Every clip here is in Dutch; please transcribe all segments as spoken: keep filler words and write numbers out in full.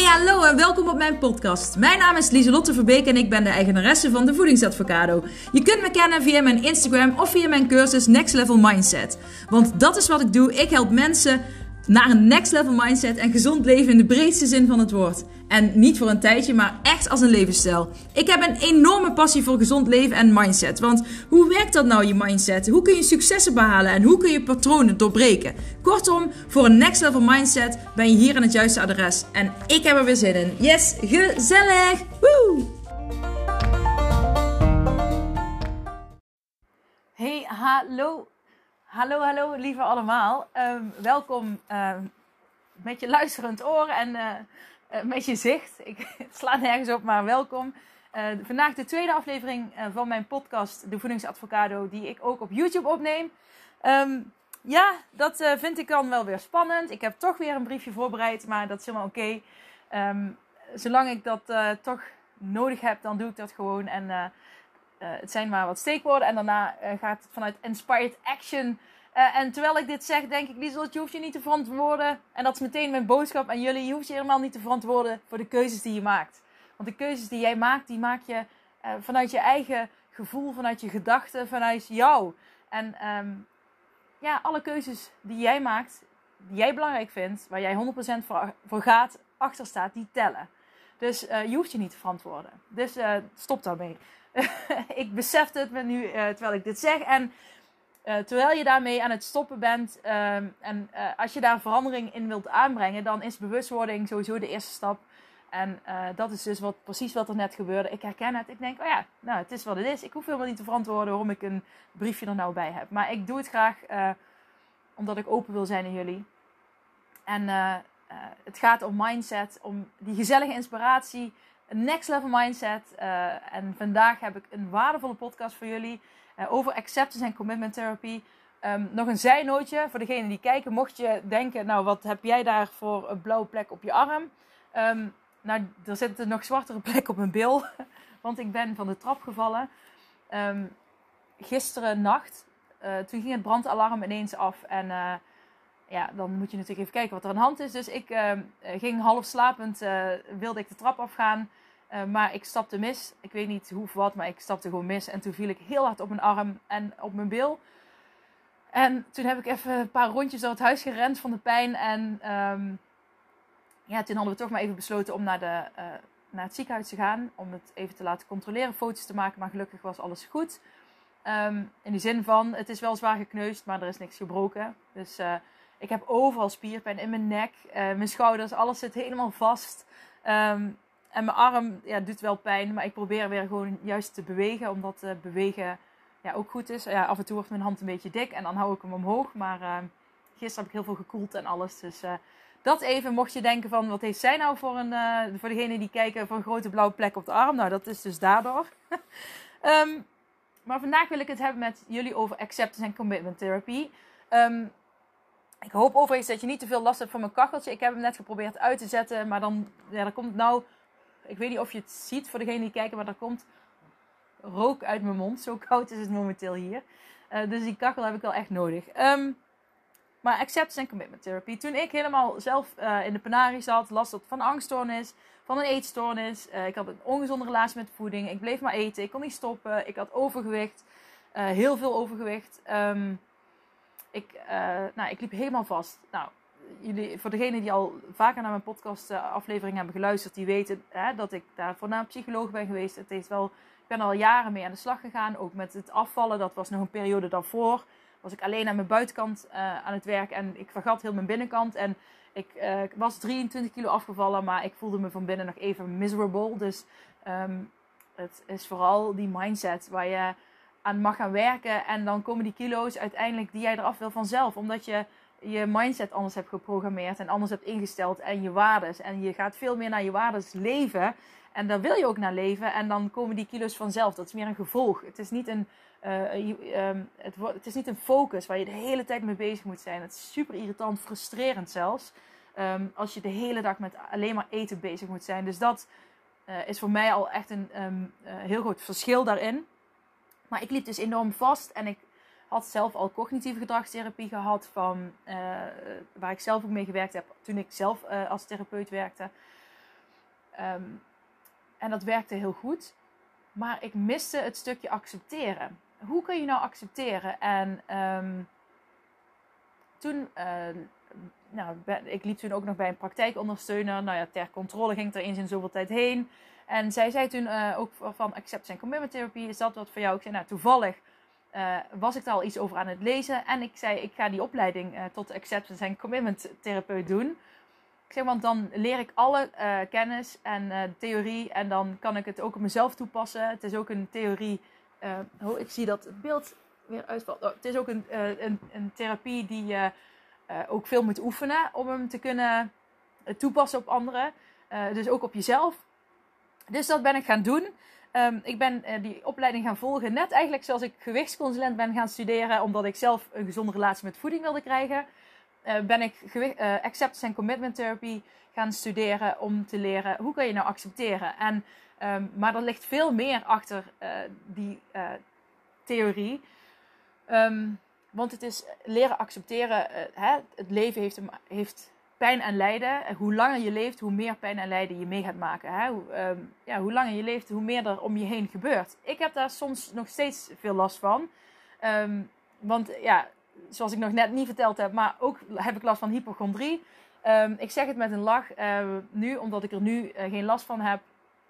hallo en welkom op mijn podcast. Mijn naam is Lieselotte Verbeek en ik ben de eigenaresse van de Voedingsadvocado. Je kunt me kennen via mijn Instagram of via mijn cursus Next Level Mindset. Want dat is wat ik doe. Ik help mensen naar een next level mindset en gezond leven in de breedste zin van het woord. En niet voor een tijdje, maar echt als een levensstijl. Ik heb een enorme passie voor gezond leven en mindset. Want hoe werkt dat nou, je mindset? Hoe kun je successen behalen en hoe kun je patronen doorbreken? Kortom, voor een next level mindset ben je hier aan het juiste adres. En ik heb er weer zin in. Yes, gezellig! Woe! Hey, hallo. Hallo, hallo, lieve allemaal. Um, welkom um, met je luisterend oor en uh, uh, met je zicht. Ik sla nergens op, maar welkom. Uh, vandaag de tweede aflevering uh, van mijn podcast, De Voedingsadvocado, die ik ook op YouTube opneem. Um, ja, dat uh, vind ik dan wel weer spannend. Ik heb toch weer een briefje voorbereid, maar dat is helemaal oké. Okay. Um, zolang ik dat uh, toch nodig heb, dan doe ik dat gewoon. En uh, Uh, het zijn maar wat steekwoorden en daarna uh, gaat het vanuit Inspired Action. Uh, en terwijl ik dit zeg, denk ik, Lieselotte, je hoeft je niet te verantwoorden. En dat is meteen mijn boodschap aan jullie. Je hoeft je helemaal niet te verantwoorden voor de keuzes die je maakt. Want de keuzes die jij maakt, die maak je uh, vanuit je eigen gevoel, vanuit je gedachten, vanuit jou. En um, ja, alle keuzes die jij maakt, die jij belangrijk vindt, waar jij honderd procent voor, voor gaat, achter staat, die tellen. Dus uh, je hoeft je niet te verantwoorden. Dus uh, stop daarmee. Ik besef het me nu uh, terwijl ik dit zeg. En uh, terwijl je daarmee aan het stoppen bent. Um, en uh, als je daar verandering in wilt aanbrengen. Dan is bewustwording sowieso de eerste stap. En uh, dat is dus wat, precies wat er net gebeurde. Ik herken het. Ik denk, oh ja, nou het is wat het is. Ik hoef helemaal niet te verantwoorden waarom ik een briefje er nou bij heb. Maar ik doe het graag. Uh, omdat ik open wil zijn in jullie. En uh, uh, het gaat om mindset. Om die gezellige inspiratie. Een next level mindset. Uh, en vandaag heb ik een waardevolle podcast voor jullie. Uh, over acceptance en commitment therapy. Um, nog een zijnootje voor degenen die kijken. Mocht je denken, nou wat heb jij daar voor een blauwe plek op je arm? Um, nou, er zit een nog zwartere plek op mijn bil. Want ik ben van de trap gevallen. Um, gisteren nacht. Uh, toen ging het brandalarm ineens af. En uh, ja, dan moet je natuurlijk even kijken wat er aan de hand is. Dus ik uh, ging half slapend, uh, wilde ik de trap afgaan. Uh, maar ik stapte mis. Ik weet niet hoe of wat, maar ik stapte gewoon mis. En toen viel ik heel hard op mijn arm en op mijn bil. En toen heb ik even een paar rondjes door het huis gerend van de pijn. En um, ja, toen hadden we toch maar even besloten om naar, de, uh, naar het ziekenhuis te gaan. Om het even te laten controleren, foto's te maken. Maar gelukkig was alles goed. Um, in die zin van, het is wel zwaar gekneusd, maar er is niks gebroken. Dus uh, ik heb overal spierpijn in mijn nek, uh, mijn schouders, alles zit helemaal vast. Um, en mijn arm ja, doet wel pijn, maar ik probeer weer gewoon juist te bewegen, omdat uh, bewegen ja, ook goed is. Ja, af en toe wordt mijn hand een beetje dik en dan hou ik hem omhoog. Maar uh, gisteren heb ik heel veel gekoeld en alles. Dus uh, dat even, mocht je denken van, wat heeft zij nou voor een, uh, voor degenen die kijken, voor een grote blauwe plek op de arm? Nou, dat is dus daardoor. um, maar vandaag wil ik het hebben met jullie over acceptance en commitment therapy. Um, Ik hoop overigens dat je niet te veel last hebt van mijn kacheltje. Ik heb hem net geprobeerd uit te zetten. Maar dan, ja, dan komt nou... Ik weet niet of je het ziet voor degenen die kijken. Maar er komt rook uit mijn mond. Zo koud is het momenteel hier. Uh, dus die kachel heb ik wel echt nodig. Um, maar acceptance en commitment therapy. Toen ik helemaal zelf uh, in de penarie zat. Last had van angststoornis. Van een eetstoornis. Uh, ik had een ongezonde relatie met voeding. Ik bleef maar eten. Ik kon niet stoppen. Ik had overgewicht. Uh, heel veel overgewicht. Um, Ik, uh, nou, ik liep helemaal vast. Nou, jullie, voor degenen die al vaker naar mijn podcast uh, aflevering hebben geluisterd, die weten hè, dat ik daarvoor naar een psycholoog ben geweest. Het heeft wel, ik ben al jaren mee aan de slag gegaan. Ook met het afvallen, dat was nog een periode daarvoor. Was ik alleen aan mijn buitenkant uh, aan het werk en ik vergat heel mijn binnenkant. En ik uh, was drieëntwintig kilo afgevallen, maar ik voelde me van binnen nog even miserable. Dus um, het is vooral die mindset waar je aan mag gaan werken. En dan komen die kilo's uiteindelijk die jij eraf wil vanzelf. Omdat je je mindset anders hebt geprogrammeerd en anders hebt ingesteld. En je waardes. En je gaat veel meer naar je waardes leven. En daar wil je ook naar leven. En dan komen die kilo's vanzelf. Dat is meer een gevolg. Het is niet een, uh, um, het, het is niet een focus waar je de hele tijd mee bezig moet zijn. Het is super irritant, frustrerend zelfs. Um, als je de hele dag met alleen maar eten bezig moet zijn. Dus dat uh, is voor mij al echt een um, uh, heel groot verschil daarin. Maar ik liep dus enorm vast en ik had zelf al cognitieve gedragstherapie gehad, van, uh, waar ik zelf ook mee gewerkt heb toen ik zelf uh, als therapeut werkte. Um, en dat werkte heel goed. Maar ik miste het stukje accepteren. Hoe kun je nou accepteren? En um, toen... Uh, nou, ben, ik liep toen ook nog bij een praktijkondersteuner. Nou ja, ter controle ging ik er eens in zoveel tijd heen. En zij zei toen uh, ook van Acceptance and Commitment Therapy. Is dat wat voor jou? Ik zei, nou, toevallig uh, was ik daar al iets over aan het lezen. En ik zei, ik ga die opleiding uh, tot Acceptance and Commitment Therapeut doen. Ik zeg, want dan leer ik alle uh, kennis en uh, theorie. En dan kan ik het ook op mezelf toepassen. Het is ook een theorie. Uh, oh, ik zie dat het beeld weer uitvalt. Oh, het is ook een, uh, een, een therapie die je uh, ook veel moet oefenen. Om hem te kunnen uh, toepassen op anderen. Uh, dus ook op jezelf. Dus dat ben ik gaan doen. Um, ik ben uh, die opleiding gaan volgen. Net eigenlijk zoals ik gewichtsconsulent ben gaan studeren. Omdat ik zelf een gezonde relatie met voeding wilde krijgen. Uh, ben ik gewicht, uh, Acceptance and Commitment Therapy gaan studeren. Om te leren hoe kan je nou accepteren. En, um, maar er ligt veel meer achter uh, die uh, theorie. Um, want het is leren accepteren. Uh, hè, het leven heeft, heeft pijn en lijden. En hoe langer je leeft, hoe meer pijn en lijden je mee gaat maken. Hè? Hoe, um, ja, hoe langer je leeft, hoe meer er om je heen gebeurt. Ik heb daar soms nog steeds veel last van. Um, want ja, zoals ik nog net niet verteld heb, maar ook heb ik last van hypochondrie. Um, ik zeg het met een lach uh, nu, omdat ik er nu uh, geen last van heb.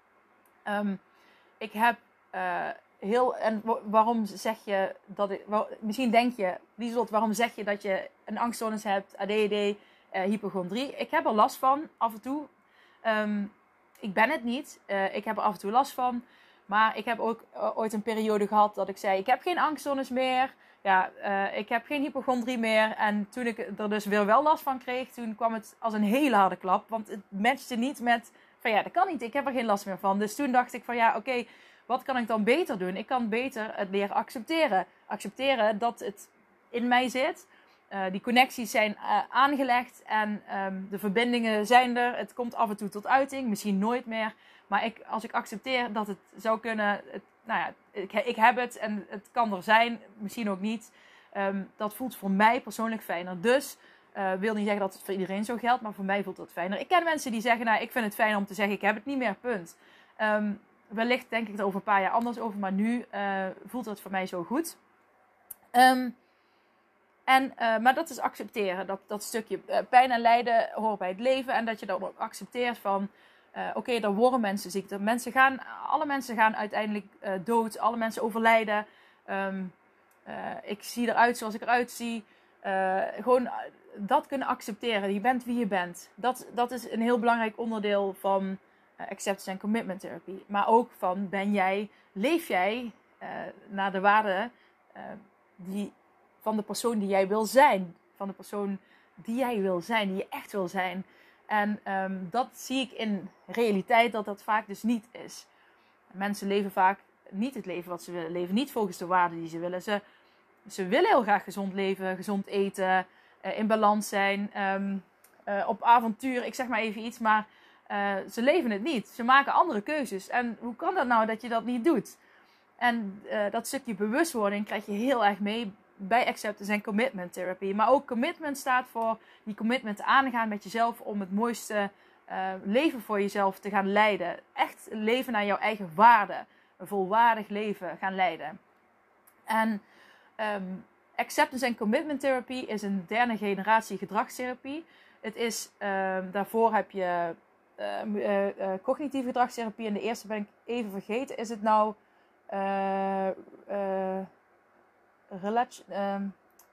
Um, ik heb uh, heel... En waarom zeg je dat ik... Waar, misschien denk je, Lieselot, waarom zeg je dat je een angststoornis hebt, A D H D... Uh, hypochondrie. Ik heb er last van, af en toe. Um, ik ben het niet. Uh, ik heb er af en toe last van. Maar ik heb ook uh, ooit een periode gehad dat ik zei, ik heb geen angststoornis meer. Ja, uh, ik heb geen hypochondrie meer. En toen ik er dus weer wel last van kreeg, toen kwam het als een hele harde klap. Want het matchte niet met, van ja, dat kan niet. Ik heb er geen last meer van. Dus toen dacht ik van ja, oké, okay, wat kan ik dan beter doen? Ik kan beter het leren accepteren. Accepteren dat het in mij zit. Uh, die connecties zijn uh, aangelegd en um, de verbindingen zijn er. Het komt af en toe tot uiting, misschien nooit meer. Maar ik, als ik accepteer dat het zou kunnen, het, nou ja, ik, ik heb het en het kan er zijn, misschien ook niet. Um, dat voelt voor mij persoonlijk fijner. Dus uh, wil niet zeggen dat het voor iedereen zo geldt, maar voor mij voelt dat fijner. Ik ken mensen die zeggen, nou, ik vind het fijn om te zeggen, ik heb het niet meer, punt. Um, wellicht denk ik er over een paar jaar anders over, maar nu uh, voelt het voor mij zo goed. Um, En, uh, maar dat is accepteren. Dat, dat stukje uh, pijn en lijden hoort bij het leven. En dat je dan ook accepteert van... Uh, Oké, okay, er worden mensen ziek. Mensen gaan, alle mensen gaan uiteindelijk uh, dood. Alle mensen overlijden. Um, uh, ik zie eruit zoals ik eruit zie. Uh, gewoon uh, dat kunnen accepteren. Je bent wie je bent. Dat, dat is een heel belangrijk onderdeel van uh, Acceptance and Commitment Therapy. Maar ook van, ben jij, leef jij uh, naar de waarden uh, die... van de persoon die jij wil zijn. Van de persoon die jij wil zijn. Die je echt wil zijn. En um, dat zie ik in realiteit dat dat vaak dus niet is. Mensen leven vaak niet het leven wat ze willen leven. Niet volgens de waarden die ze willen. Ze, ze willen heel graag gezond leven. Gezond eten. Uh, in balans zijn. Um, uh, op avontuur. Ik zeg maar even iets. Maar uh, ze leven het niet. Ze maken andere keuzes. En hoe kan dat nou dat je dat niet doet? En uh, dat stukje bewustwording krijg je heel erg mee bij Acceptance and Commitment Therapy. Maar ook commitment staat voor die commitment aangaan met jezelf om het mooiste uh, leven voor jezelf te gaan leiden. Echt leven naar jouw eigen waarde. Een volwaardig leven gaan leiden. En um, Acceptance and Commitment Therapy is een derde generatie gedragstherapie. Het is, um, daarvoor heb je uh, uh, uh, cognitieve gedragstherapie. En de eerste ben ik even vergeten. Is het nou... Uh, uh, Relation, um,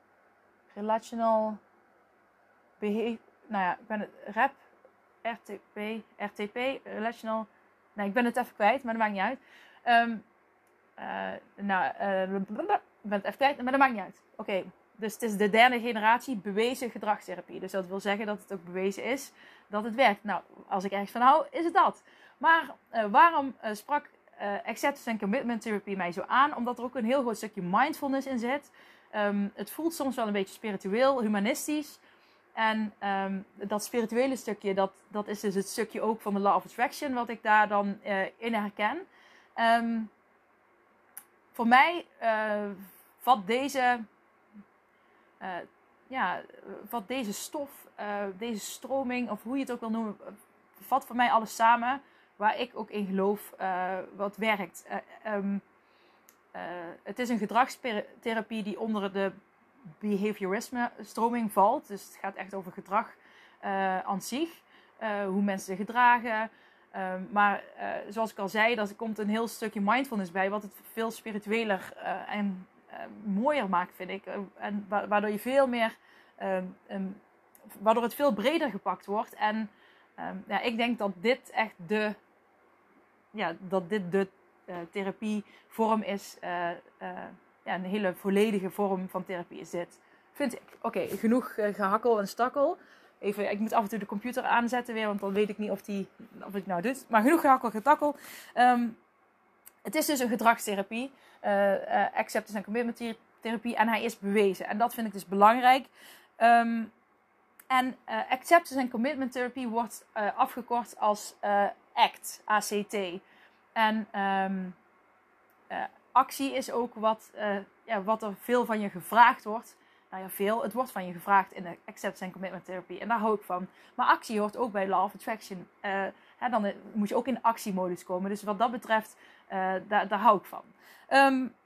relational behavior, nou ja, ik ben het rap, R T P, R T P, relational, nee, ik ben het even kwijt, maar dat maakt niet uit. Um, uh, nou, uh, ik ben het even kwijt, maar dat maakt niet uit. Oké, okay. Dus het is de derde generatie bewezen gedragstherapie. Dus dat wil zeggen dat het ook bewezen is dat het werkt. Nou, als ik ergens van hou, is het dat. Maar uh, waarom uh, sprak Uh, Acceptance and Commitment Therapy mij zo aan? Omdat er ook een heel groot stukje mindfulness in zit. Um, het voelt soms wel een beetje spiritueel, humanistisch. En um, dat spirituele stukje, dat, dat is dus het stukje ook van de Law of Attraction, wat ik daar dan uh, in herken. Um, voor mij uh, vat deze, uh, ja, vat deze stof, uh, deze stroming, of hoe je het ook wil noemen, vat voor mij alles samen. waar ik ook in geloof, uh, wat werkt. Uh, um, uh, het is een gedragstherapie die onder de behaviorisme stroming valt. Dus het gaat echt over gedrag uh, aan zich. Uh, hoe mensen zich gedragen. Um, maar uh, zoals ik al zei, er komt een heel stukje mindfulness bij. Wat het veel spiritueler uh, en uh, mooier maakt, vind ik. Uh, en wa- waardoor je veel meer... Um, um, waardoor het veel breder gepakt wordt. En um, ja, ik denk dat dit echt de... Ja, dat dit de uh, therapievorm is. Uh, uh, ja, een hele volledige vorm van therapie is dit. Vind ik. Oké, okay, genoeg uh, gehakkel en stakkel. Even, ik moet af en toe de computer aanzetten weer, want dan weet ik niet of die of ik nou doet. Maar genoeg gehakkel, getakkel. Um, het is dus een gedragstherapie. Uh, uh, acceptance en commitment therapie. En hij is bewezen. En dat vind ik dus belangrijk. Um, en uh, acceptance en commitment therapie wordt uh, afgekort als uh, A C T. A C T. En um, uh, actie is ook wat, uh, ja, wat er veel van je gevraagd wordt. Nou ja, veel. Het wordt van je gevraagd in de acceptance en commitment therapie. En daar hou ik van. Maar actie hoort ook bij Law of Attraction. Uh, hè, dan moet je ook in actiemodus komen. Dus wat dat betreft, uh, daar, daar hou ik van. Um,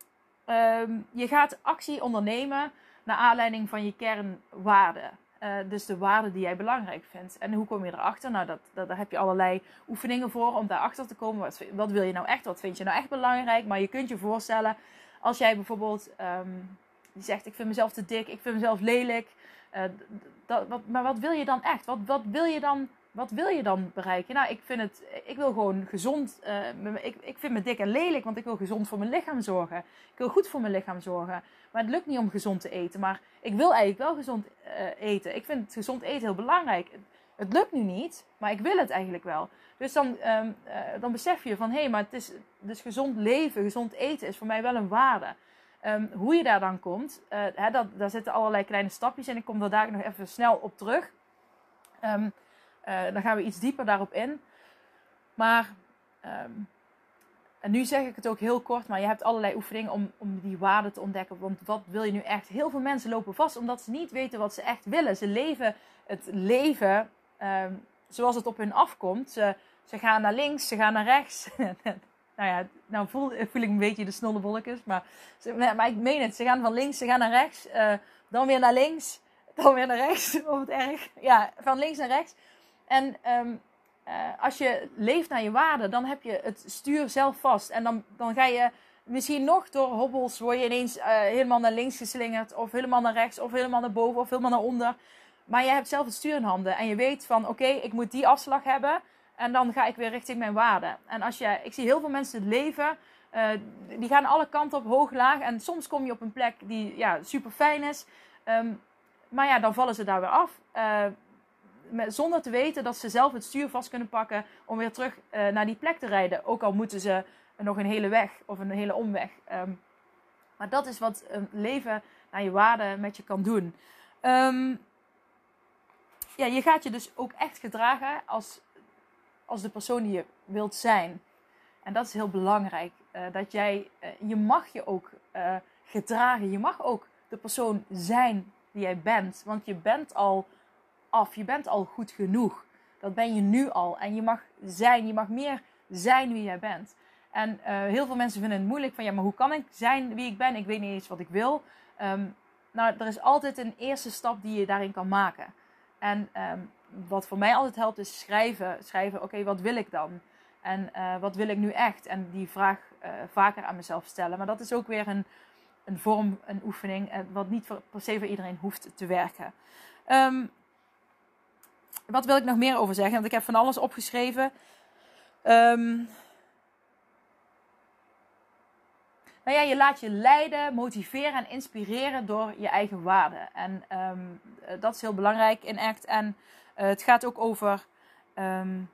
um, je gaat actie ondernemen naar aanleiding van je kernwaarden. Uh, dus de waarden die jij belangrijk vindt. En hoe kom je erachter? Nou, dat, dat, daar heb je allerlei oefeningen voor om daarachter te komen. Wat, wat wil je nou echt? Wat vind je nou echt belangrijk? Maar je kunt je voorstellen, als jij bijvoorbeeld... Um, die zegt, ik vind mezelf te dik, ik vind mezelf lelijk. Uh, dat, wat, maar wat wil je dan echt? Wat, wat, wil je dan, wat wil je dan bereiken? Nou, ik vind het, ik wil gewoon gezond. Uh, ik, ik vind me dik en lelijk, want ik wil gezond voor mijn lichaam zorgen. Ik wil goed voor mijn lichaam zorgen. Maar het lukt niet om gezond te eten. Maar ik wil eigenlijk wel gezond uh, eten. Ik vind gezond eten heel belangrijk. Het, het lukt nu niet, maar ik wil het eigenlijk wel. Dus dan, um, uh, dan besef je van, hé, hey, maar het is dus gezond leven, gezond eten is voor mij wel een waarde. Um, hoe je daar dan komt, uh, hè, dat, daar zitten allerlei kleine stapjes in. Ik kom er daar nog even snel op terug. Um, uh, dan gaan we iets dieper daarop in. Maar, um, en nu zeg ik het ook heel kort, maar je hebt allerlei oefeningen om, om die waarden te ontdekken. Want wat wil je nu echt? Heel veel mensen lopen vast omdat ze niet weten wat ze echt willen. Ze leven het leven um, zoals het op hun afkomt. Ze, ze gaan naar links, ze gaan naar rechts. Nou ja, nou voel, voel ik een beetje de snollebolletjes. Maar, maar ik meen het. Ze gaan van links, ze gaan naar rechts. Uh, dan weer naar links. Dan weer naar rechts. Of het erg. Ja, van links naar rechts. En um, uh, als je leeft naar je waarden, dan heb je het stuur zelf vast. En dan, dan ga je misschien nog door hobbels, word je ineens uh, helemaal naar links geslingerd. Of helemaal naar rechts. Of helemaal naar boven. Of helemaal naar onder. Maar je hebt zelf het stuur in handen. En je weet van, oké, okay, ik moet die afslag hebben. En dan ga ik weer richting mijn waarden. En als je, ik zie heel veel mensen het leven. Uh, die gaan alle kanten op, hoog, laag. En soms kom je op een plek die ja, super fijn is. Um, maar ja, dan vallen ze daar weer af. Uh, met, zonder te weten dat ze zelf het stuur vast kunnen pakken. Om weer terug uh, naar die plek te rijden. Ook al moeten ze nog een hele weg. Of een hele omweg. Um, maar dat is wat um, leven naar je waarden met je kan doen. Um, ja, je gaat je dus ook echt gedragen als... als de persoon die je wilt zijn. En dat is heel belangrijk. Uh, dat jij, uh, je mag je ook uh, gedragen. Je mag ook de persoon zijn die jij bent. Want je bent al af. Je bent al goed genoeg. Dat ben je nu al. En je mag zijn. Je mag meer zijn wie jij bent. En uh, heel veel mensen vinden het moeilijk. Van ja, maar hoe kan ik zijn wie ik ben? Ik weet niet eens wat ik wil. Um, nou, er is altijd een eerste stap die je daarin kan maken. En... Um, wat voor mij altijd helpt is schrijven. Schrijven, oké, okay, wat wil ik dan? En uh, wat wil ik nu echt? En die vraag uh, vaker aan mezelf stellen. Maar dat is ook weer een, een vorm, een oefening. Uh, wat niet voor, per se voor iedereen hoeft te werken. Um, wat wil ik nog meer over zeggen? Want ik heb van alles opgeschreven. Um, nou ja, je laat je leiden, motiveren en inspireren door je eigen waarden. En um, dat is heel belangrijk in ACT. En Uh, het gaat ook over, um,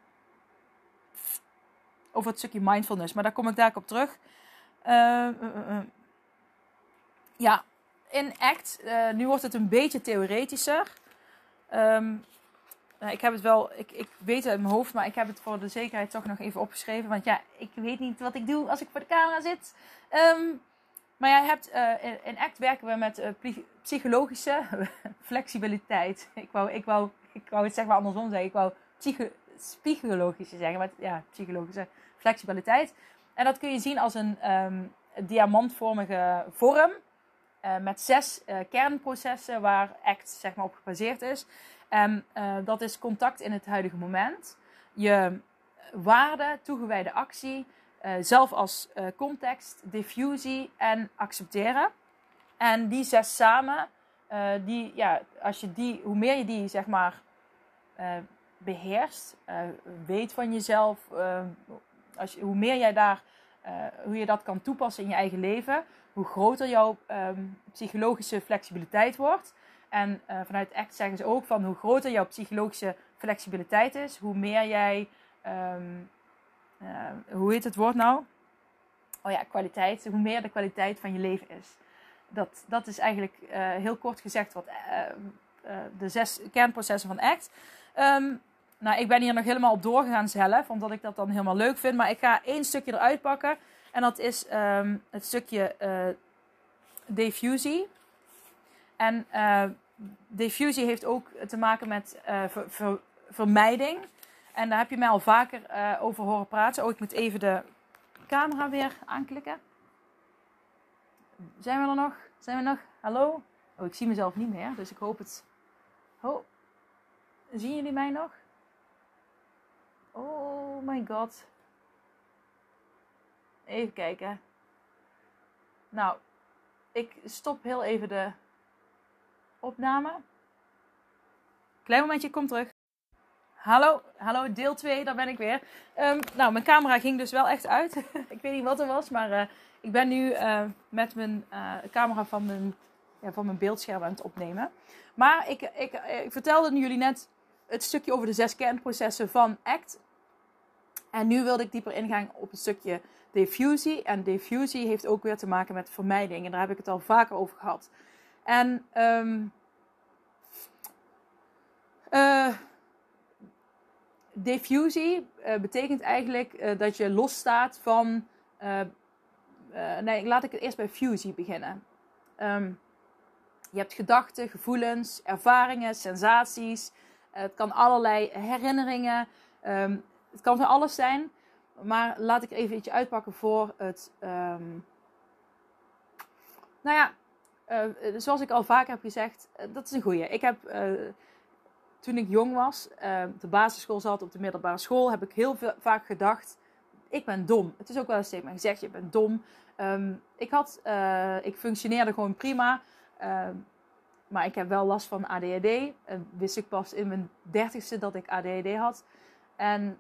over het stukje mindfulness. Maar daar kom ik daar op terug. Uh, uh, uh, ja, in ACT, uh, nu wordt het een beetje theoretischer. Um, uh, ik heb het wel, ik, ik weet het uit mijn hoofd, maar ik heb het voor de zekerheid toch nog even opgeschreven. Want ja, ik weet niet wat ik doe als ik voor de camera zit. Um, maar jij hebt, uh, in, in ACT werken we met uh, psychologische flexibiliteit. Ik wou... Ik wou Ik wou het zeg maar andersom zeggen. Ik wou psycho, psychologische zeggen, maar ja, psychologische flexibiliteit. En dat kun je zien als een um, diamantvormige vorm uh, met zes uh, kernprocessen waar ACT zeg maar op gebaseerd is. En uh, dat is contact in het huidige moment, je waarde, toegewijde actie, uh, zelf als uh, context, diffusie en accepteren. En die zes samen, uh, die, ja, als je die, hoe meer je die zeg maar uh, beheerst, uh, weet van jezelf, uh, als je, hoe meer jij daar, uh, hoe je dat kan toepassen in je eigen leven, hoe groter jouw um, psychologische flexibiliteit wordt. En uh, vanuit ACT zeggen ze ook van hoe groter jouw psychologische flexibiliteit is, hoe meer jij, um, uh, hoe heet het woord nou? Oh ja, kwaliteit. Hoe meer de kwaliteit van je leven is. Dat, dat is eigenlijk uh, heel kort gezegd wat uh, uh, de zes kernprocessen van ACT. Um, nou, ik ben hier nog helemaal op doorgegaan zelf, omdat ik dat dan helemaal leuk vind. Maar ik ga één stukje eruit pakken. En dat is um, het stukje uh, diffusie. En uh, diffusie heeft ook te maken met uh, ver, ver, vermijding. En daar heb je mij al vaker uh, over horen praten. Oh, ik moet even de camera weer aanklikken. Zijn we er nog? Zijn we nog? Hallo? Oh, ik zie mezelf niet meer, dus ik hoop het. Oh, zien jullie mij nog? Oh my god. Even kijken. Nou, ik stop heel even de opname. Klein momentje, ik kom terug. Hallo, hallo, deel twee, daar ben ik weer. Um, nou, mijn camera ging dus wel echt uit. Ik weet niet wat er was, maar uh, ik ben nu uh, met mijn uh, camera van mijn, ja, van mijn beeldscherm aan het opnemen. Maar ik, ik, ik vertelde jullie net het stukje over de zes kernprocessen van ACT. En nu wilde ik dieper ingaan op het stukje diffusie. En diffusie heeft ook weer te maken met vermijding. En daar heb ik het al vaker over gehad. En um, uh, diffusie uh, betekent eigenlijk uh, dat je losstaat van... Uh, uh, nee, laat ik het eerst bij fusie beginnen. Um, je hebt gedachten, gevoelens, ervaringen, sensaties. Uh, het kan allerlei herinneringen. Um, het kan van alles zijn. Maar laat ik er even iets uitpakken voor het... Um, nou ja, uh, zoals ik al vaker heb gezegd, uh, dat is een goeie. Ik heb... Uh, Toen ik jong was, uh, op de basisschool zat, op de middelbare school, heb ik heel veel, vaak gedacht, ik ben dom. Het is ook wel eens tegen mij gezegd, je bent dom. Um, ik, had, uh, ik functioneerde gewoon prima, uh, maar ik heb wel last van A D H D. Uh, wist ik pas in mijn dertigste dat ik A D H D had. En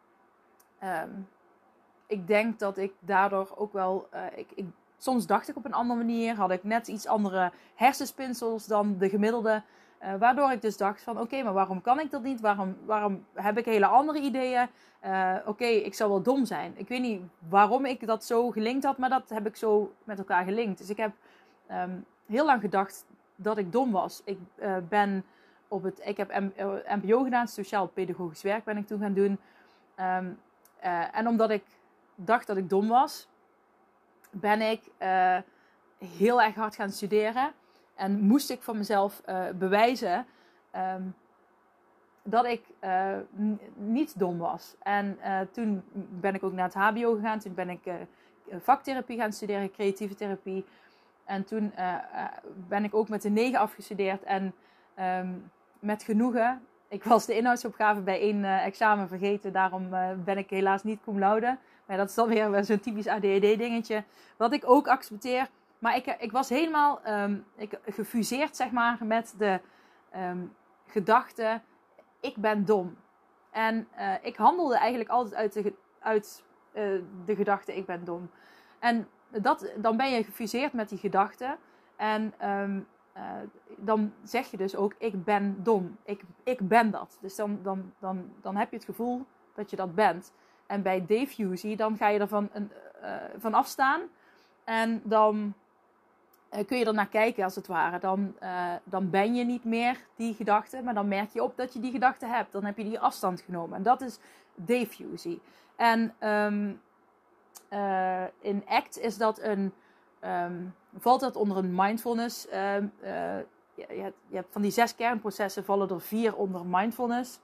um, ik denk dat ik daardoor ook wel... Uh, ik, ik, soms dacht ik op een andere manier, had ik net iets andere hersenspinsels dan de gemiddelde... Uh, waardoor ik dus dacht van oké, okay, maar waarom kan ik dat niet? Waarom, waarom heb ik hele andere ideeën? Uh, oké, okay, ik zou wel dom zijn. Ik weet niet waarom ik dat zo gelinkt had, maar dat heb ik zo met elkaar gelinkt. Dus ik heb um, heel lang gedacht dat ik dom was. Ik uh, ben op het, ik heb M P O gedaan, sociaal pedagogisch werk ben ik toen gaan doen. Um, uh, en omdat ik dacht dat ik dom was, ben ik uh, heel erg hard gaan studeren. En moest ik van mezelf uh, bewijzen um, dat ik uh, n- niet dom was. En uh, toen ben ik ook naar het H B O gegaan. Toen ben ik uh, vaktherapie gaan studeren, creatieve therapie. En toen uh, uh, ben ik ook met de negen afgestudeerd. En um, met genoegen. Ik was de inhoudsopgave bij één uh, examen vergeten. Daarom uh, ben ik helaas niet cum laude. Maar dat is dan weer zo'n typisch A D H D dingetje. Wat ik ook accepteer. Maar ik, ik was helemaal um, ik, gefuseerd, zeg maar, met de um, gedachte, ik ben dom. En uh, ik handelde eigenlijk altijd uit de, uit, uh, de gedachte, ik ben dom. En dat, dan ben je gefuseerd met die gedachte. En um, uh, dan zeg je dus ook, ik ben dom. Ik, ik ben dat. Dus dan, dan, dan, dan heb je het gevoel dat je dat bent. En bij diffusie, dan ga je er van, uh, van afstaan. En dan... Uh, kun je er naar kijken als het ware. Dan, uh, dan ben je niet meer die gedachte. Maar dan merk je op dat je die gedachte hebt. Dan heb je die afstand genomen. En dat is diffusie. En um, uh, in ACT is dat een... Um, valt dat onder een mindfulness. Um, uh, je, je, hebt, je hebt van die zes kernprocessen vallen er vier onder mindfulness.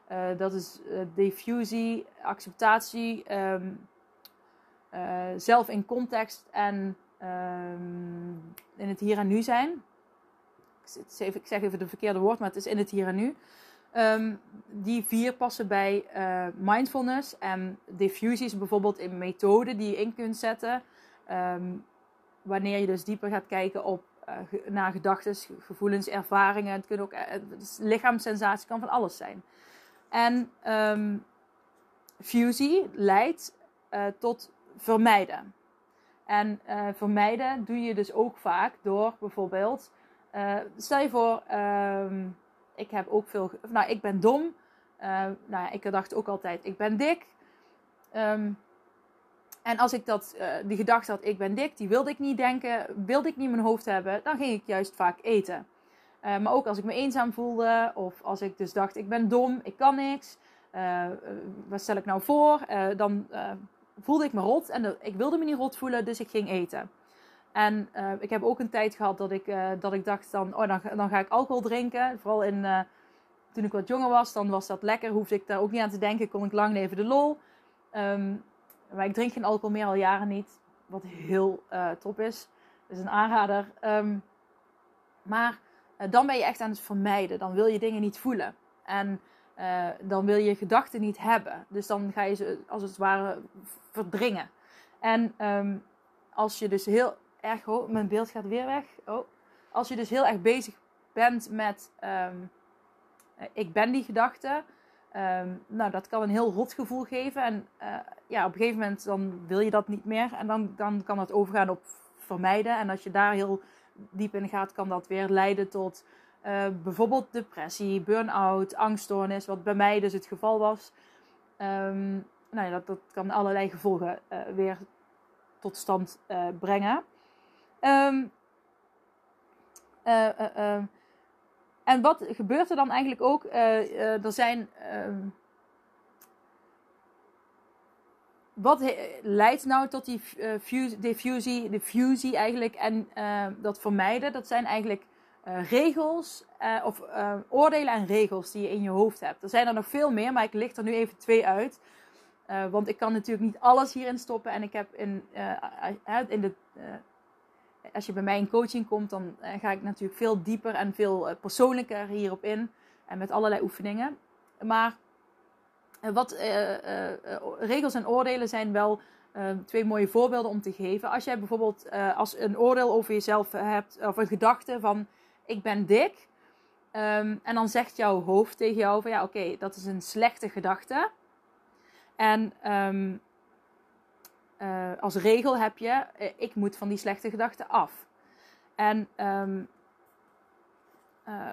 Uh, dat is uh, diffusie, acceptatie, um, uh, zelf in context en um, in het hier en nu zijn. Ik, even, ik zeg even de verkeerde woord, maar het is in het hier en nu. Um, die vier passen bij uh, mindfulness. En diffusie is bijvoorbeeld een methode die je in kunt zetten. Um, wanneer je dus dieper gaat kijken op, uh, naar gedachten, gevoelens, ervaringen. Het kunnen ook uh, lichaamssensatie, kan van alles zijn. En um, fusie leidt uh, tot vermijden. En uh, vermijden doe je dus ook vaak door bijvoorbeeld... Uh, stel je voor, um, ik heb ook veel... Nou, ik ben dom. Uh, nou ja, ik dacht ook altijd, ik ben dik. Um, en als ik dat, uh, die gedachte had, ik ben dik, die wilde ik niet denken, wilde ik niet in mijn hoofd hebben, dan ging ik juist vaak eten. Uh, maar ook als ik me eenzaam voelde, of als ik dus dacht, ik ben dom, ik kan niks. Uh, uh, wat stel ik nou voor? Uh, dan uh, voelde ik me rot en de, ik wilde me niet rot voelen, dus ik ging eten. En uh, ik heb ook een tijd gehad dat ik, uh, dat ik dacht, dan, oh, dan, dan ga ik alcohol drinken. Vooral in, uh, toen ik wat jonger was, dan was dat lekker. Hoefde ik daar ook niet aan te denken, kon ik lang leven de lol. Um, maar ik drink geen alcohol meer, al jaren niet. Wat heel uh, top is. Dat is een aanrader. Um, maar uh, dan ben je echt aan het vermijden. Dan wil je dingen niet voelen. En uh, dan wil je gedachten niet hebben. Dus dan ga je ze als het ware verdringen. En um, als je dus heel erg... Oh, mijn beeld gaat weer weg. Oh. Als je dus heel erg bezig bent met... Um, ik ben die gedachte... Um, nou, dat kan een heel rot gevoel geven. En uh, ja, op een gegeven moment dan wil je dat niet meer. En dan, dan kan dat overgaan op vermijden. En als je daar heel diep in gaat, kan dat weer leiden tot uh, bijvoorbeeld depressie, burn-out, angststoornis. Wat bij mij dus het geval was. Um, nou ja, dat, dat kan allerlei gevolgen uh, weer tot stand uh, brengen. Um, uh, uh, uh, En wat gebeurt er dan eigenlijk ook? Uh, uh, er zijn... Uh, wat he- leidt nou tot die uh, fuse, diffusie, diffusie eigenlijk en uh, dat vermijden? Dat zijn eigenlijk uh, regels uh, of uh, oordelen en regels die je in je hoofd hebt. Er zijn er nog veel meer, maar ik licht er nu even twee uit. Uh, want ik kan natuurlijk niet alles hierin stoppen. En ik heb in, uh, in de... Uh, Als je bij mij in coaching komt, dan uh, ga ik natuurlijk veel dieper en veel uh, persoonlijker hierop in. En met allerlei oefeningen. Maar uh, wat uh, uh, uh, regels en oordelen zijn wel uh, twee mooie voorbeelden om te geven. Als jij bijvoorbeeld uh, als een oordeel over jezelf hebt, of een gedachte van ik ben dik. Um, en dan zegt jouw hoofd tegen jou van ja oké, okay, dat is een slechte gedachte. En... Um, Uh, als regel heb je, uh, ik moet van die slechte gedachten af. En um, uh,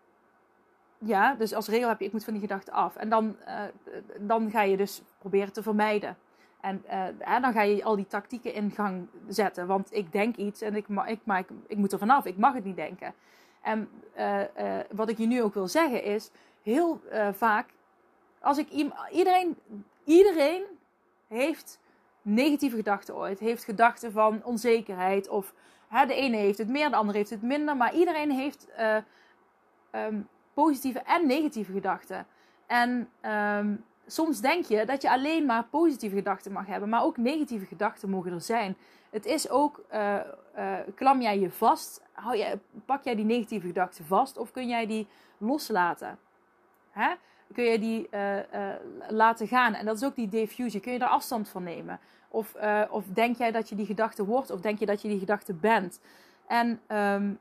ja, dus als regel heb je, ik moet van die gedachten af. En dan, uh, dan ga je dus proberen te vermijden. En uh, dan ga je al die tactieken in gang zetten. Want ik denk iets en ik, ma- ik, maar ik, ik moet er vanaf. Ik mag het niet denken. En uh, uh, wat ik je nu ook wil zeggen is, heel uh, vaak, als ik iedereen, iedereen heeft... negatieve gedachten ooit. Heeft gedachten van onzekerheid. Of hè, de ene heeft het meer, de andere heeft het minder. Maar iedereen heeft uh, um, positieve en negatieve gedachten. En um, soms denk je dat je alleen maar positieve gedachten mag hebben. Maar ook negatieve gedachten mogen er zijn. Het is ook, uh, uh, klam jij je vast? Hou jij, pak jij die negatieve gedachten vast? Of kun jij die loslaten? Hè? Kun je die uh, uh, laten gaan. En dat is ook die diffusie. Kun je daar afstand van nemen? Of, uh, of denk jij dat je die gedachte wordt? Of denk je dat je die gedachte bent? En um,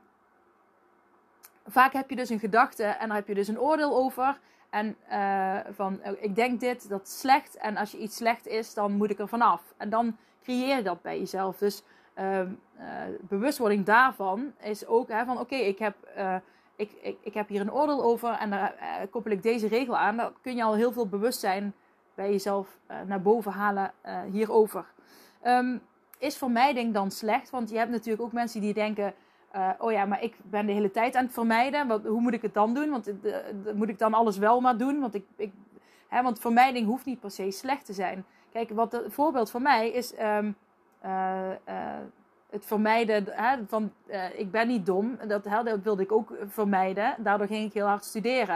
vaak heb je dus een gedachte en daar heb je dus een oordeel over. En uh, van, uh, ik denk dit, dat is slecht. En als je iets slecht is, dan moet ik er vanaf. En dan creëer je dat bij jezelf. Dus uh, uh, bewustwording daarvan is ook hè, van oké, okay, ik heb... Uh, Ik, ik, ik heb hier een oordeel over en daar uh, koppel ik deze regel aan. Dan kun je al heel veel bewustzijn bij jezelf uh, naar boven halen uh, hierover. Um, is vermijding dan slecht? Want je hebt natuurlijk ook mensen die denken... Uh, oh ja, maar ik ben de hele tijd aan het vermijden. Wat, hoe moet ik het dan doen? Want uh, uh, moet ik dan alles wel maar doen? Want, ik, ik, hè, want vermijding hoeft niet per se slecht te zijn. Kijk, wat een voorbeeld van mij is... Um, uh, uh, Het vermijden hè, van uh, ik ben niet dom. Dat, hè, dat wilde ik ook vermijden. Daardoor ging ik heel hard studeren.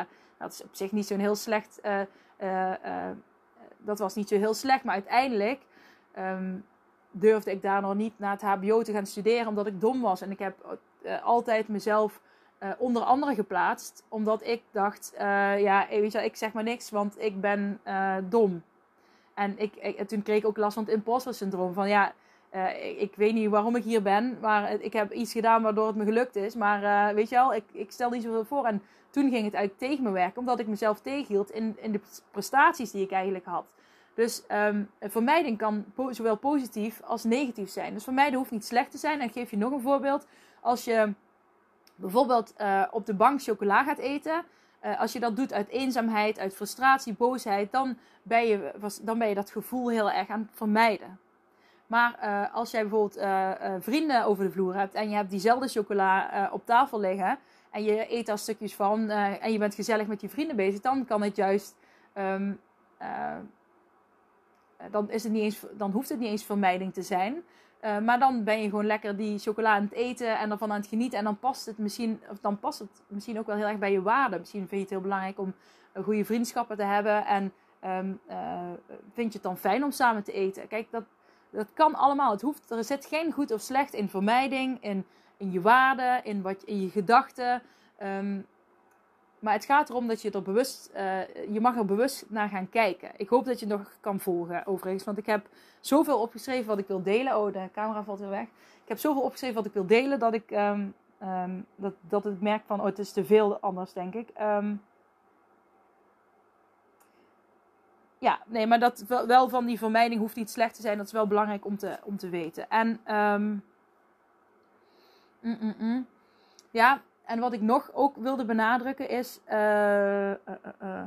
Dat is op zich niet zo'n heel slecht... Uh, uh, uh, dat was niet zo heel slecht. Maar uiteindelijk um, durfde ik daar nog niet naar het hbo te gaan studeren. Omdat ik dom was. En ik heb uh, altijd mezelf uh, onder andere geplaatst. Omdat ik dacht... Uh, ja, weet je, ik zeg maar niks. Want ik ben uh, dom. En ik, ik, toen kreeg ik ook last van het imposter syndroom. Van ja... Uh, ik, ik weet niet waarom ik hier ben, maar ik heb iets gedaan waardoor het me gelukt is. Maar uh, weet je wel, ik, ik stel niet zoveel voor. En toen ging het eigenlijk tegen me werken, omdat ik mezelf tegenhield in, in de prestaties die ik eigenlijk had. Dus um, vermijding kan po- zowel positief als negatief zijn. Dus vermijden hoeft niet slecht te zijn. En ik geef je nog een voorbeeld. Als je bijvoorbeeld uh, op de bank chocola gaat eten... Uh, als je dat doet uit eenzaamheid, uit frustratie, boosheid... dan ben je, dan ben je dat gevoel heel erg aan het vermijden. Maar uh, als jij bijvoorbeeld uh, uh, vrienden over de vloer hebt en je hebt diezelfde chocola uh, op tafel liggen en je eet daar stukjes van uh, en je bent gezellig met je vrienden bezig, dan kan het juist, um, uh, dan, is het niet eens, dan hoeft het niet eens vermijding te zijn. Uh, maar dan ben je gewoon lekker die chocola aan het eten en ervan aan het genieten. En dan past het misschien, of dan past het misschien ook wel heel erg bij je waarden. Misschien vind je het heel belangrijk om uh, goede vriendschappen te hebben en um, uh, vind je het dan fijn om samen te eten. Kijk, dat Dat kan allemaal. Het hoeft, er zit geen goed of slecht in vermijding, in, in je waarden, in, wat, in je gedachten. Um, maar het gaat erom dat je er bewust, uh, je mag er bewust naar gaan kijken. Ik hoop dat je het nog kan volgen overigens. Want ik heb zoveel opgeschreven wat ik wil delen. Oh, de camera valt weer weg. Ik heb zoveel opgeschreven wat ik wil delen dat ik, um, um, dat, dat ik merk van, oh, het is te veel anders, denk ik. Um, Ja, nee, maar dat wel van die vermijding hoeft niet slecht te zijn. Dat is wel belangrijk om te, om te weten. En, um, mm, mm, mm. ja, en wat ik nog ook wilde benadrukken is... Uh, uh, uh, uh.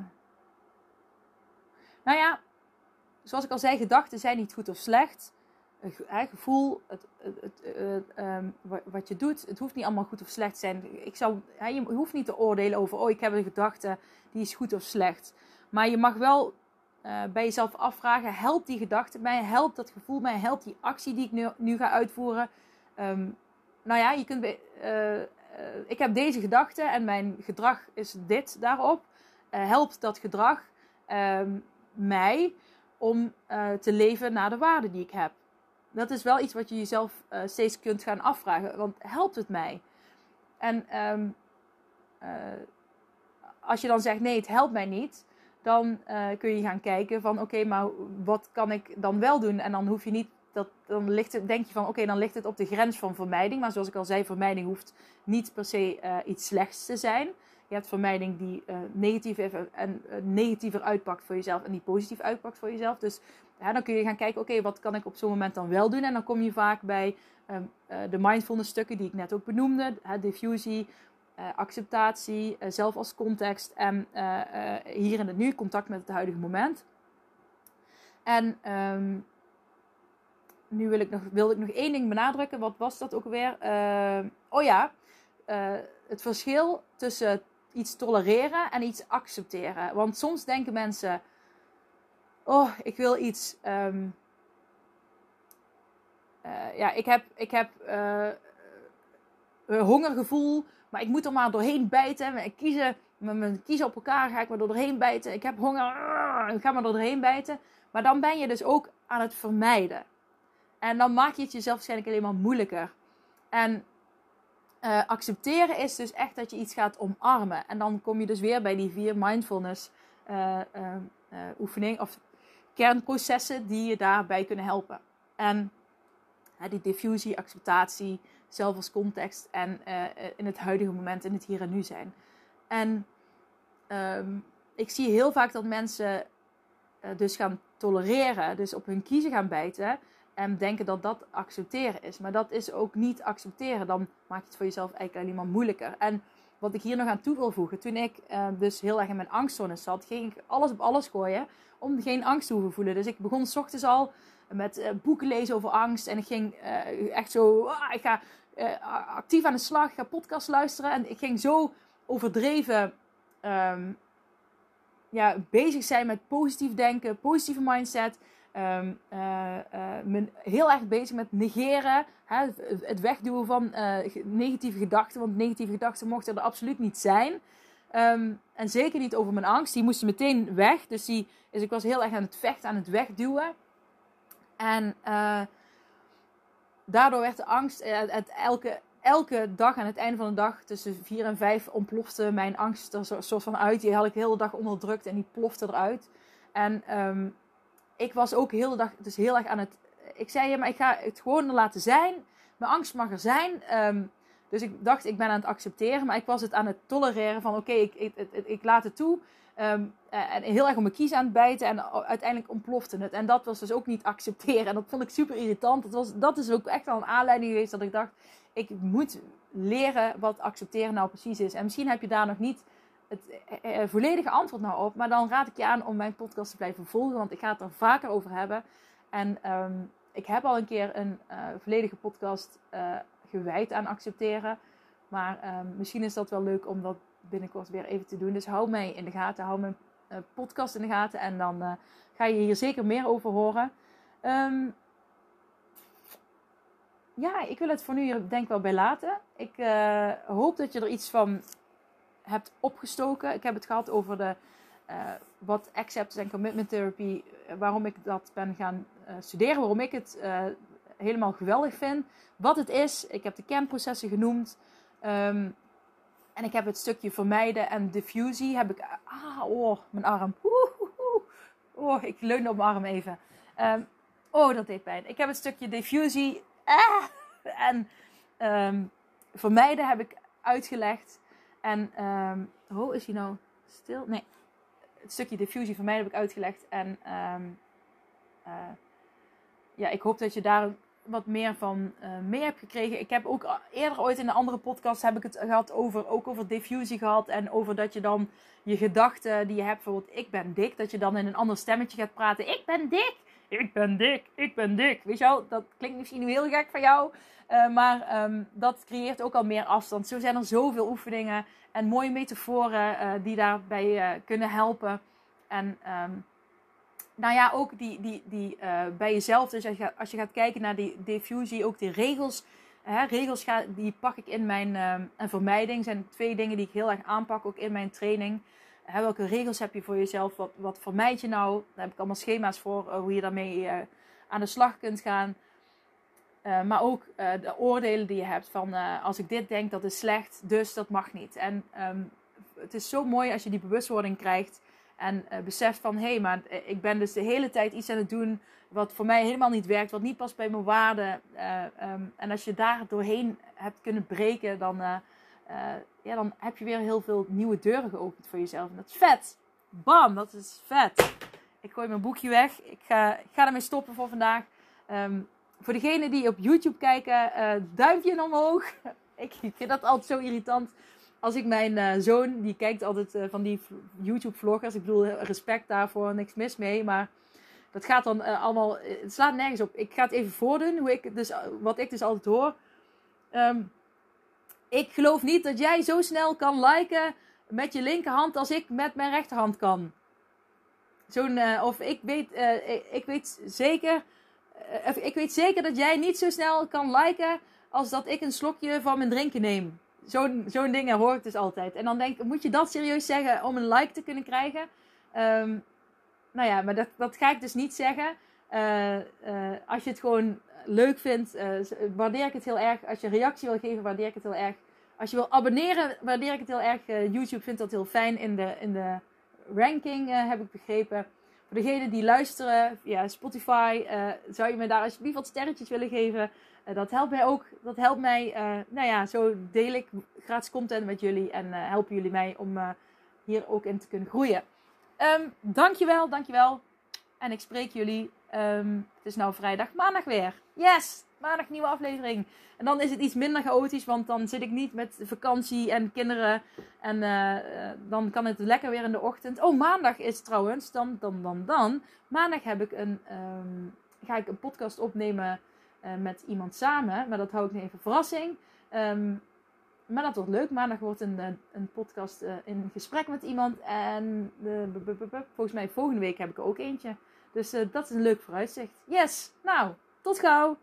Nou ja, zoals ik al zei, gedachten zijn niet goed of slecht. Uh, gevoel, het, het, het, uh, um, wat je doet, het hoeft niet allemaal goed of slecht te zijn. Ik zou, uh, je hoeft niet te oordelen over, oh, ik heb een gedachte, die is goed of slecht. Maar je mag wel... Uh, bij jezelf afvragen, helpt die gedachte mij, helpt dat gevoel mij, helpt die actie die ik nu, nu ga uitvoeren. Um, nou ja, je kunt, uh, uh, ik heb deze gedachte en mijn gedrag is dit daarop. Uh, helpt dat gedrag um, mij om uh, te leven naar de waarde die ik heb? Dat is wel iets wat je jezelf uh, steeds kunt gaan afvragen, want helpt het mij? En um, uh, als je dan zegt, nee, het helpt mij niet... Dan uh, kun je gaan kijken van oké, okay, maar wat kan ik dan wel doen? En dan hoef je niet, dat, dan ligt het, denk je van oké, okay, dan ligt het op de grens van vermijding. Maar zoals ik al zei, vermijding hoeft niet per se uh, iets slechts te zijn. Je hebt vermijding die uh, negatief is en uh, negatiever uitpakt voor jezelf en die positief uitpakt voor jezelf. Dus ja, dan kun je gaan kijken, oké, okay, wat kan ik op zo'n moment dan wel doen? En dan kom je vaak bij um, uh, de mindfulness stukken die ik net ook benoemde, uh, diffusie, Uh, acceptatie, uh, zelf als context en uh, uh, hier in het nu, contact met het huidige moment. En um, nu wil ik nog, wilde ik nog één ding benadrukken. Wat was dat ook weer? Uh, oh ja, uh, het verschil tussen iets tolereren en iets accepteren. Want soms denken mensen, oh, ik wil iets... Um, uh, ja, ik heb, ik heb uh, een hongergevoel... Maar ik moet er maar doorheen bijten. Ik kiezen, met mijn kiezen op elkaar ga ik maar er doorheen bijten. Ik heb honger. Ik ga maar er doorheen bijten. Maar dan ben je dus ook aan het vermijden. En dan maak je het jezelf waarschijnlijk alleen maar moeilijker. En uh, accepteren is dus echt dat je iets gaat omarmen. En dan kom je dus weer bij die vier mindfulness uh, uh, uh, oefeningen of kernprocessen die je daarbij kunnen helpen. En uh, die diffusie, acceptatie, zelf als context en uh, in het huidige moment, in het hier en nu zijn. En um, ik zie heel vaak dat mensen uh, dus gaan tolereren, dus op hun kiezen gaan bijten en denken dat dat accepteren is. Maar dat is ook niet accepteren. Dan maak je het voor jezelf eigenlijk alleen maar moeilijker. En wat ik hier nog aan toe wil voegen, toen ik uh, dus heel erg in mijn angstzone zat, ging ik alles op alles gooien om geen angst te hoeven voelen. Dus ik begon 's ochtends al met uh, boeken lezen over angst. En ik ging uh, echt zo, ah, ik ga uh, actief aan de slag, ik ga podcast luisteren. En ik ging zo overdreven um, ja, bezig zijn met positief denken, positieve mindset. Um, uh, uh, me heel erg bezig met negeren, hè, het wegduwen van uh, negatieve gedachten. Want negatieve gedachten mochten er absoluut niet zijn. Um, en zeker niet over mijn angst. Die moest meteen weg. Dus, die, dus ik was heel erg aan het vechten, aan het wegduwen. En uh, daardoor werd de angst... Uh, het, elke, elke dag aan het einde van de dag, tussen vier en vijf, ontplofte mijn angst er zo, soort van uit. Die had ik de hele dag onderdrukt en die plofte eruit. En um, ik was ook de hele dag dus heel erg aan het... Ik zei, ja, maar ik ga het gewoon er laten zijn. Mijn angst mag er zijn. Um, dus ik dacht, ik ben aan het accepteren. Maar ik was het aan het tolereren van, oké, okay, ik, ik, ik, ik laat het toe. Um, en heel erg om mijn kies aan het bijten. En uiteindelijk ontplofte het. En dat was dus ook niet accepteren. En dat vond ik super irritant. Dat, was, dat is ook echt wel een aanleiding geweest dat ik dacht, ik moet leren wat accepteren nou precies is. En misschien heb je daar nog niet het eh, eh, volledige antwoord nou op. Maar dan raad ik je aan om mijn podcast te blijven volgen. Want ik ga het er vaker over hebben. En um, ik heb al een keer een uh, volledige podcast uh, gewijd aan accepteren. Maar um, misschien is dat wel leuk om dat binnenkort weer even te doen. Dus hou mij in de gaten. Hou mijn uh, podcast in de gaten. En dan uh, ga je hier zeker meer over horen. Um, ja, ik wil het voor nu hier denk ik wel bij laten. Ik uh, hoop dat je er iets van hebt opgestoken. Ik heb het gehad over de... Uh, wat acceptance en commitment therapy, waarom ik dat ben gaan uh, studeren, waarom ik het uh, helemaal geweldig vind, wat het is. Ik heb de kernprocessen genoemd um, en ik heb het stukje vermijden en diffusie heb ik, ah, oh, mijn arm, oh, ik leunde op mijn arm even, um, oh, dat deed pijn. Ik heb het stukje diffusie ah, en um, vermijden heb ik uitgelegd en, um, oh, is hij nou stil? Nee. Het stukje diffusie van mij heb ik uitgelegd. En um, uh, ja, ik hoop dat je daar wat meer van uh, mee hebt gekregen. Ik heb ook eerder ooit in een andere podcast heb ik het gehad over, ook over diffusie gehad. En over dat je dan je gedachten die je hebt, bijvoorbeeld ik ben dik. Dat je dan in een ander stemmetje gaat praten. Ik ben dik, ik ben dik, ik ben dik. Weet je wel, dat klinkt misschien nu heel gek van jou. Uh, maar um, dat creëert ook al meer afstand. Zo zijn er zoveel oefeningen en mooie metaforen uh, die daarbij uh, kunnen helpen. En um, nou ja, ook die, die, die uh, bij jezelf. Dus als je, als je gaat kijken naar die diffusie, ook die regels. Hè, regels ga, die pak ik in mijn uh, en vermijding. Zijn twee dingen die ik heel erg aanpak, ook in mijn training. Hè, welke regels heb je voor jezelf? Wat, wat vermijd je nou? Daar heb ik allemaal schema's voor uh, hoe je daarmee uh, aan de slag kunt gaan. Uh, maar ook uh, de oordelen die je hebt van uh, als ik dit denk, dat is slecht, dus dat mag niet. En um, het is zo mooi als je die bewustwording krijgt en uh, beseft van hé, hey, maar ik ben dus de hele tijd iets aan het doen wat voor mij helemaal niet werkt, wat niet past bij mijn waarden. Uh, um, en als je daar doorheen hebt kunnen breken, dan, uh, uh, ja, dan heb je weer heel veel nieuwe deuren geopend voor jezelf. En dat is vet. Bam, dat is vet. Ik gooi mijn boekje weg. Ik ga, ik ga ermee stoppen voor vandaag. Um, Voor degenen die op YouTube kijken, uh, duimpje omhoog. ik, ik vind dat altijd zo irritant. Als ik mijn uh, zoon, die kijkt altijd uh, van die YouTube vloggers. Ik bedoel, respect daarvoor, niks mis mee. Maar dat gaat dan uh, allemaal, het slaat nergens op. Ik ga het even voordoen, hoe ik dus, wat ik dus altijd hoor. Um, ik geloof niet dat jij zo snel kan liken met je linkerhand als ik met mijn rechterhand kan. Zo'n, uh, of ik weet, uh, ik, ik weet zeker... Uh, ik weet zeker dat jij niet zo snel kan liken als dat ik een slokje van mijn drinken neem. Zo'n, zo'n dingen hoor ik dus altijd. En dan denk ik, moet je dat serieus zeggen om een like te kunnen krijgen? Um, nou ja, maar dat, dat ga ik dus niet zeggen. Uh, uh, als je het gewoon leuk vindt, uh, waardeer ik het heel erg. Als je een reactie wil geven, waardeer ik het heel erg. Als je wil abonneren, waardeer ik het heel erg. Uh, YouTube vindt dat heel fijn in de, in de ranking, uh, heb ik begrepen. Voor degenen die luisteren via Spotify, uh, zou je me daar alsjeblieft wat sterretjes willen geven. Uh, dat helpt mij ook. Dat helpt mij. Uh, nou ja, zo deel ik gratis content met jullie. En uh, helpen jullie mij om uh, hier ook in te kunnen groeien. Um, dankjewel, dankjewel. En ik spreek jullie. Um, het is nou vrijdag, maandag weer. Yes! Maandag nieuwe aflevering. En dan is het iets minder chaotisch, want dan zit ik niet met vakantie en kinderen. En uh, dan kan het lekker weer in de ochtend. Oh, maandag is trouwens, dan, dan, dan, dan. Maandag heb ik een, um, ga ik een podcast opnemen uh, met iemand samen. Maar dat hou ik nu even verrassing. Um, maar dat wordt leuk. Maandag wordt een, een podcast uh, in gesprek met iemand. En uh, volgens mij volgende week heb ik er ook eentje. Dus uh, dat is een leuk vooruitzicht. Yes! Nou, tot gauw!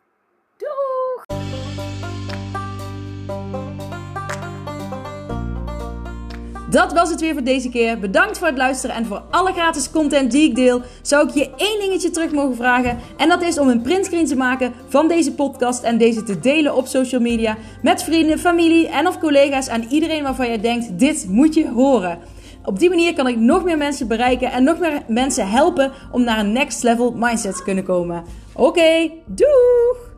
Doeg! Dat was het weer voor deze keer. Bedankt voor het luisteren en voor alle gratis content die ik deel, zou ik je één dingetje terug mogen vragen. En dat is om een printscreen te maken van deze podcast en deze te delen op social media met vrienden, familie en of collega's en iedereen waarvan jij denkt, dit moet je horen. Op die manier kan ik nog meer mensen bereiken en nog meer mensen helpen om naar een next level mindset te kunnen komen. Oké, okay, doeg!